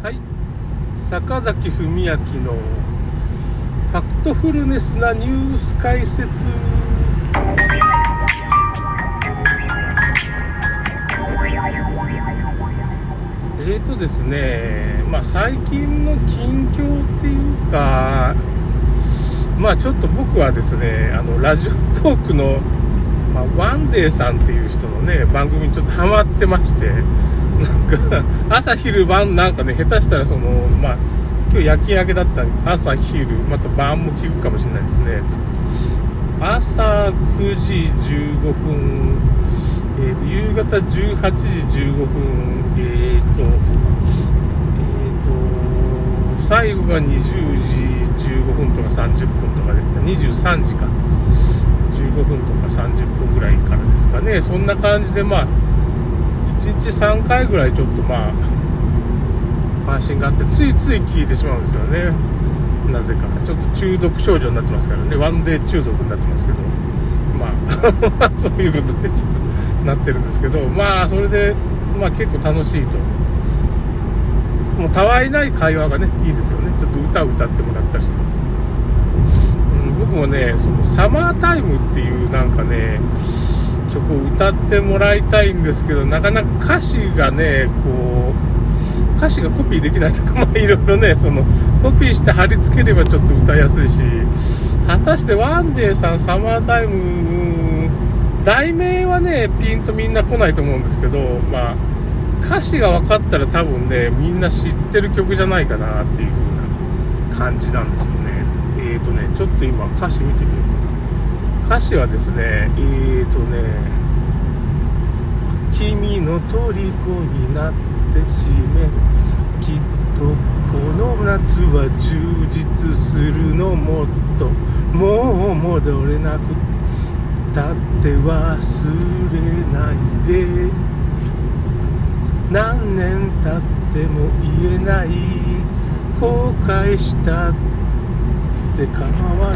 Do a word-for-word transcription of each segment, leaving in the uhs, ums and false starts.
はい、坂崎文明のファクトフルネスなニュース解説。えーとですね、まあ最近の近況っていうか、まあちょっと僕はですね、あのラジオトークの、まあ、ワンデーさんっていう人のね番組にちょっとハマってまして、なんか朝昼晩なんかね下手したらそのまあ今日夜勤明けだったんで朝昼また晩も聞くかもしれないですね。朝くじじゅうごふん、えー、と夕方じゅうはちじじゅうごふん、えーとえーと最後がにじゅうじじゅうごふんとかさんじゅっぷんとかでにじゅうさんじかじゅうごふんとかさんじゅっぷんぐらいからですかね。そんな感じでまあいちにちさんかいぐらいちょっとまあ配信があってついつい聞いてしまうんですよね。なぜかちょっと中毒症状になってますからね。ワンデー中毒になってますけど、まあそういうことでちょっとなってるんですけど、まあそれでまあ結構楽しいと、もうたわいない会話がねいいですよね。ちょっと歌を歌ってもらったりして、うん、僕もねそのサマータイムっていうなんかね曲を歌ってもらいたいんですけど、なかなか歌詞がねこう歌詞がコピーできないとか、まあいろいろねそのコピーして貼り付ければちょっと歌いやすいし、果たしてワンデーさんサマータイム題名はねピンとみんな来ないと思うんですけど、まあ歌詞が分かったら多分ねみんな知ってる曲じゃないかなっていう風な感じなんですよね。えーとねちょっと今歌詞見てみようかな。歌詞はですねえーとね君の虜になってしめきっとこの夏は充実するのもっともう戻れなくたって忘れないで何年経っても言えない後悔したって構わ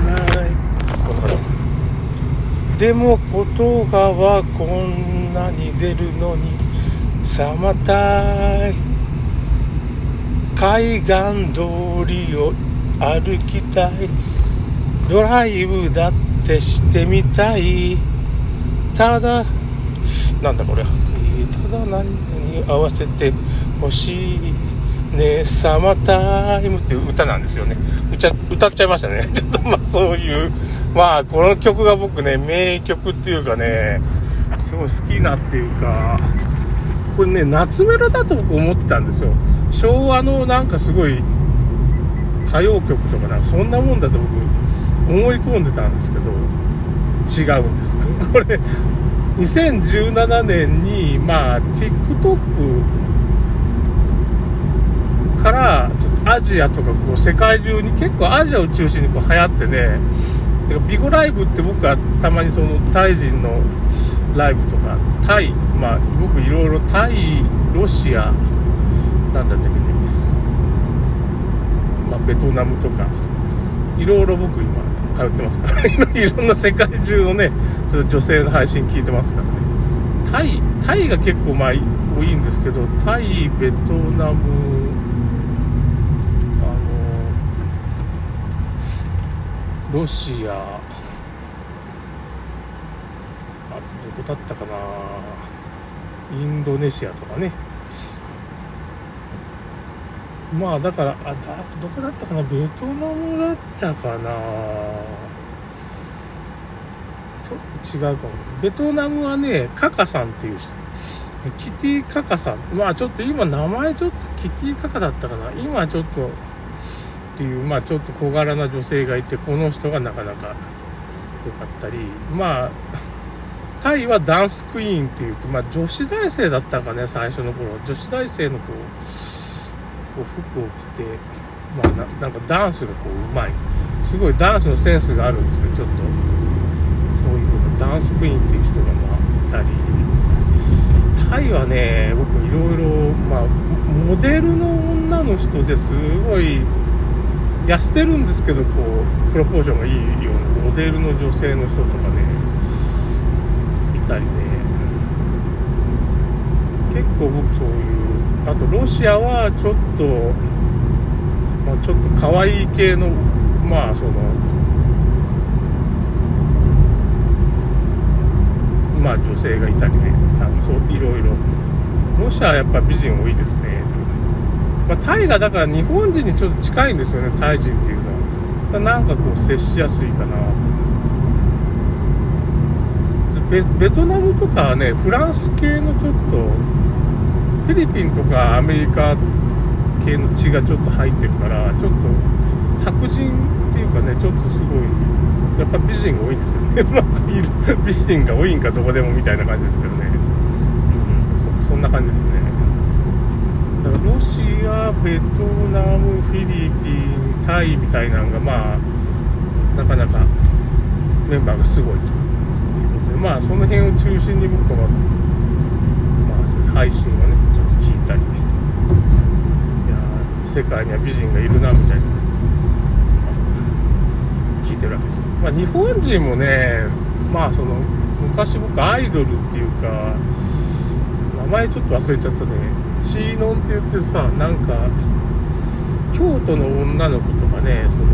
ないでも言葉はこんなに出るのにサマータイム海岸通りを歩きたいドライブだってしてみたいただなんだこれただ何に合わせてほしいねサマータイムっていう歌なんですよね。歌, 歌っちゃいましたね。ちょっとまあそういうまあこの曲が僕ね名曲っていうかねすごい好きなっていうか、これね夏メロだと僕思ってたんですよ。昭和のなんかすごい歌謡曲とかなんかそんなもんだと僕思い込んでたんですけど違うんですこれにせんじゅうななねんにまあ TikTok からちょっとアジアとかこう世界中に結構アジアを中心にこう流行ってね、てかビゴライブって僕はたまにそのタイ人のライブとかタイまあ僕いろいろタイロシアなんだったっけね、まあ、ベトナムとかいろいろ僕今通ってますからいろんな世界中のねちょっと女性の配信聞いてますからね。タイタイが結構まあ多いんですけど、タイベトナムあのロシアあとどこだったかな、インドネシアとかね。まあだからあだどこだったかな、ベトナムだったかな、ちょっと違うかも。ベトナムはねカカさんっていう人、キティカカさん、まあちょっと今名前ちょっとキティカカだったかな、今ちょっとっていうまあちょっと小柄な女性がいて、この人がなかなか良かったり、まあタイはダンスクイーンっていうと、まあ女子大生だったかね、最初の頃女子大生のこうこう服を着て、まあ、な, なんかダンスがこううまい、すごいダンスのセンスがあるんですけど、ちょっとそういう風なダンスクイーンっていう人がまあいたり、タイはね僕いろいろまあモデルの女の人ですごい痩せてるんですけど、こうプロポーションがいいようなモデルの女性の人とかねいたりね、結構僕そういうあとロシアはちょっと、まあ、ちょっと可愛い系のまあそのまあ女性がいたりね、なんかそういろいろロシアはやっぱ美人多いですね。まあ、タイがだから日本人にちょっと近いんですよね、タイ人っていうのは。なんかこう接しやすいかなと。 ベ, ベトナムとかはね、フランス系のちょっとフィリピンとかアメリカ系の血がちょっと入ってるから、ちょっと白人っていうかね、ちょっとすごいやっぱ美人が多いんですよねまずいる美人が多いんかどこでもみたいな感じですけどね、うん、そ, そんな感じですね。だからロシア、ベトナム、フィリピン、タイみたいなのがまあなかなかメンバーがすごいということで、まあその辺を中心に僕は、まあ、配信をねちょっと聞いたり、いや世界には美人がいるなみたいな、まあ、聞いてるわけです。まあ、日本人もね、まあその昔僕アイドルっていうか名前ちょっと忘れちゃったね、チーノンって言ってさ、なんか京都の女の子とかね、その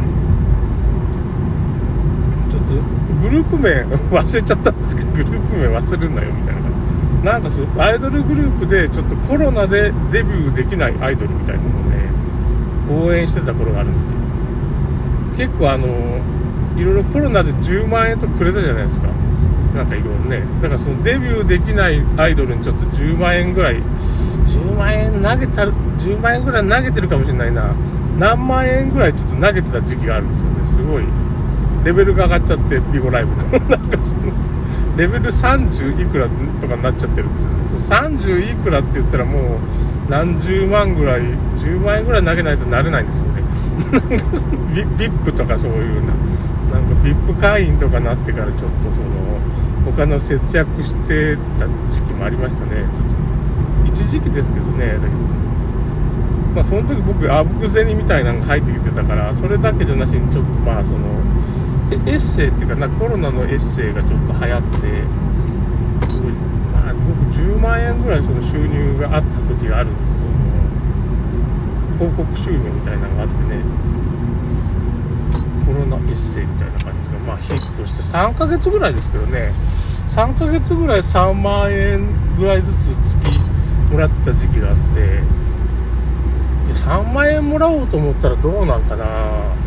ちょっとグループ名忘れちゃったんですけど、グループ名忘れるなよみたいな、なんかそのアイドルグループでちょっとコロナでデビューできないアイドルみたいなのをね応援してた頃があるんですよ。結構あのいろいろコロナでじゅうまんえんとかくれたじゃないですか、なんかいろいろね。だからそのデビューできないアイドルにちょっとじゅうまんえんぐらい、じゅうまんえん投げた、じゅうまんえんぐらい投げてるかもしれないな、何万円ぐらいちょっと投げてた時期があるんですよね。すごいレベルが上がっちゃって、ビゴライブのなんかそのレベルさんじゅういくらとかになっちゃってるんですよね。そのさんじゅういくらって言ったらもう何十万ぐらい、じゅうまんえんぐらい投げないとなれないんですよねなんかその ビップ とかそういうな、なんか ビップ 会員とかなってからちょっとそのお金を節約してた時期もありましたね。ちょっと一時期ですけどね。だけどまあその時僕あぶく銭みたいなのが入ってきてたから、それだけじゃなしにちょっとまあそのエッセイっていうかな、コロナのエッセイがちょっと流行って、まあ僕じゅうまんえんぐらいその収入があった時があるんですよ。その広告収入みたいなのがあってね、コロナエッセイみたいな感じがまあヒットしてさんかげつぐらいですけどね、さんかげつぐらいさんまんえんぐらいずつ月もらった時期があって、でさんまんえんもらおうと思ったらどうなんかな、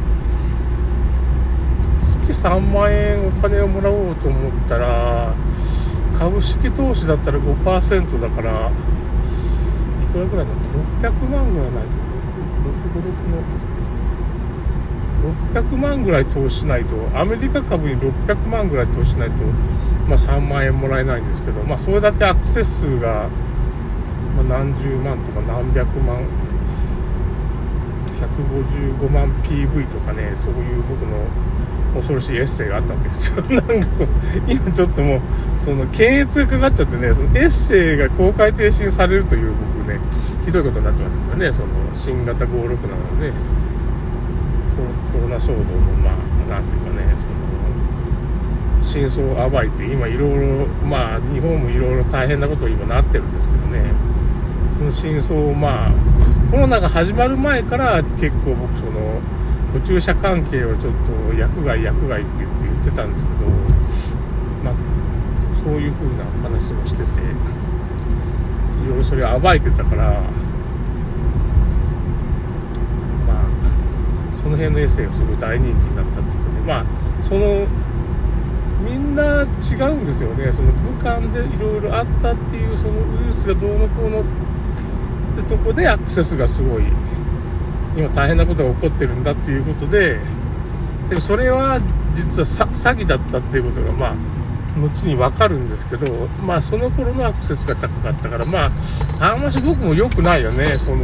月さんまんえんお金をもらおうと思ったら株式投資だったら ごパーセント だからいくらぐらいなんだ、ろっぴゃくまんぐらいないとろくごろくのろっぴゃくまんぐらい投資しないと、アメリカ株にろっぴゃくまんぐらい投資しないと、まあ、さんまんえんもらえないんですけど、まあ、それだけアクセス数が、まあ、何十万とか何百万、ひゃくごじゅうごまん ピーブイ とかね、そういう僕の恐ろしいエッセイがあったわけですよなんかその今ちょっともうその検閲がかかっちゃってね、そのエッセイが公開停止にされるという僕ね、ひどいことになってますからね、その新型ごろくなので、ね、コロナ騒動のまあなんていうかね、その真相を暴いて今いろいろまあ日本もいろいろ大変なことに今なってるんですけどね、その真相をまあコロナが始まる前から結構僕その宇宙車関係をちょっと薬害薬害って言って言ってたんですけど、まあそういう風な話をしてて、いろいろそれを暴いてたから、まあその辺のエッセイがすごい大人気になったっていうかね、まあそのみんな違うんですよね。その武漢でいろいろあったっていうそのウイルスがどうのこうのってとこでアクセスがすごい今大変なことが起こってるんだっていうことで、でもそれは実は詐欺だったっていうことがまあ後に分かるんですけど、まあその頃のアクセスが高かったから、まああんまし僕も良くないよね。その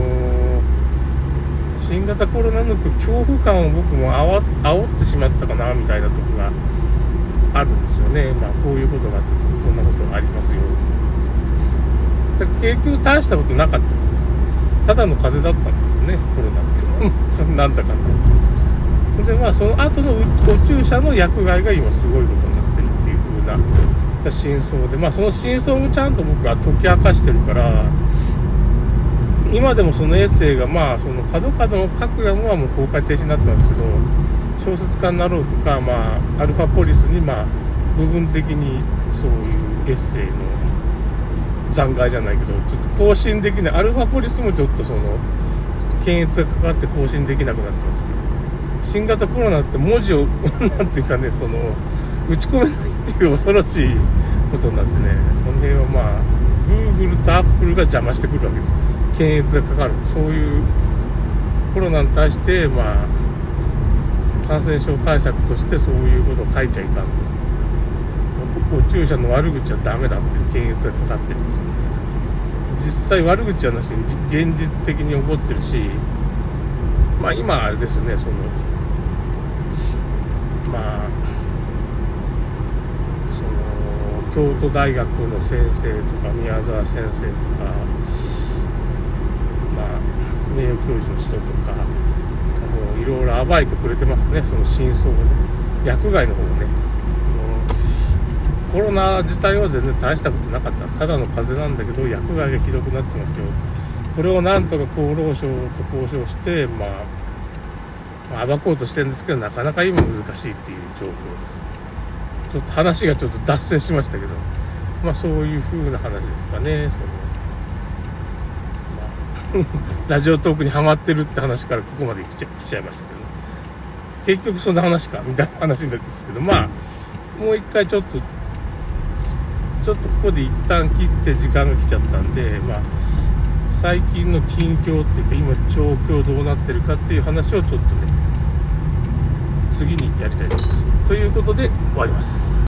新型コロナの恐怖感を僕もあわ煽ってしまったかなみたいなとこがあるんですよね。まあこういうことがあってこんなことがありますよ。で結局大したことなかったと。ただの風邪だったんですよね、コロナってなんだかんだで、まあその後の宇宙車の薬害が今すごいことになってるっていう風な真相で、まあその真相もちゃんと僕は解き明かしてるから、 今でもそのエッセイが、まあ、その角角の書くやんはもう公開停止になってますけど、小説家になろうとか、まあ、アルファポリスに、まあ、部分的にそういうエッセイの残骸じゃないけど、ちょっと更新できない、アルファポリスもちょっとその検閲がかかって更新できなくなってますけど、新型コロナって文字をなんていうかね、その打ち込めないっていう恐ろしいことになってね、その辺はまあ Google と Apple が邪魔してくるわけです。検閲がかかる、そういうコロナに対してまあ感染症対策としてそういうことを書いちゃいかんと、お注射の悪口はダメだって検閲がかかってるんですよね。実際悪口はなしに現実的に起こってるし、まあ今あれですよね、そのまあその京都大学の先生とか宮沢先生とか、まあ名誉教授の人とかもういろいろ暴いてくれてますね、その真相をね。薬害の方もね、コロナ自体は全然大したことなかった、ただの風邪なんだけど薬害がひどくなってますよと、これをなんとか厚労省と交渉して、まあ、暴こうとしてるんですけど、なかなか今難しいっていう状況です。ちょっと話がちょっと脱線しましたけど、まあそういう風な話ですかね。その、まあ、ラジオトークにハマってるって話からここまで来ちゃ、来ちゃいましたけどね。結局そんな話かみたいな話なんですけど、まあもう一回ちょっとちょっとここで一旦切って時間が来ちゃったんで、まあ最近の近況っていうか今状況どうなってるかっていう話をちょっとね次にやりたいと思います。ということで終わります。